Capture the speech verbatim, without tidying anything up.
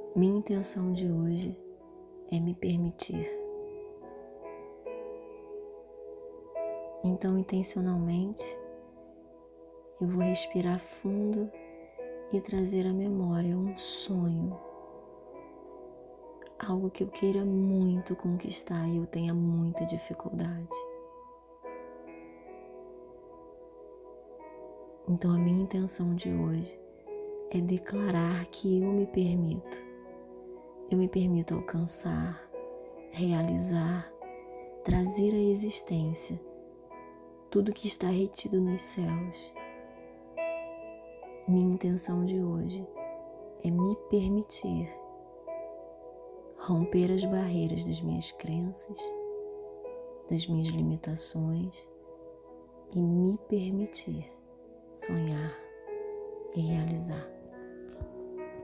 Minha intenção de hoje é me permitir. Então, intencionalmente, eu vou respirar fundo e trazer à memória um sonho, algo que eu queira muito conquistar e eu tenha muita dificuldade. Então, a minha intenção de hoje é declarar que eu me permito. Eu me permito alcançar, realizar, trazer à existência tudo que está retido nos céus. Minha intenção de hoje é me permitir romper as barreiras das minhas crenças, das minhas limitações e me permitir sonhar e realizar.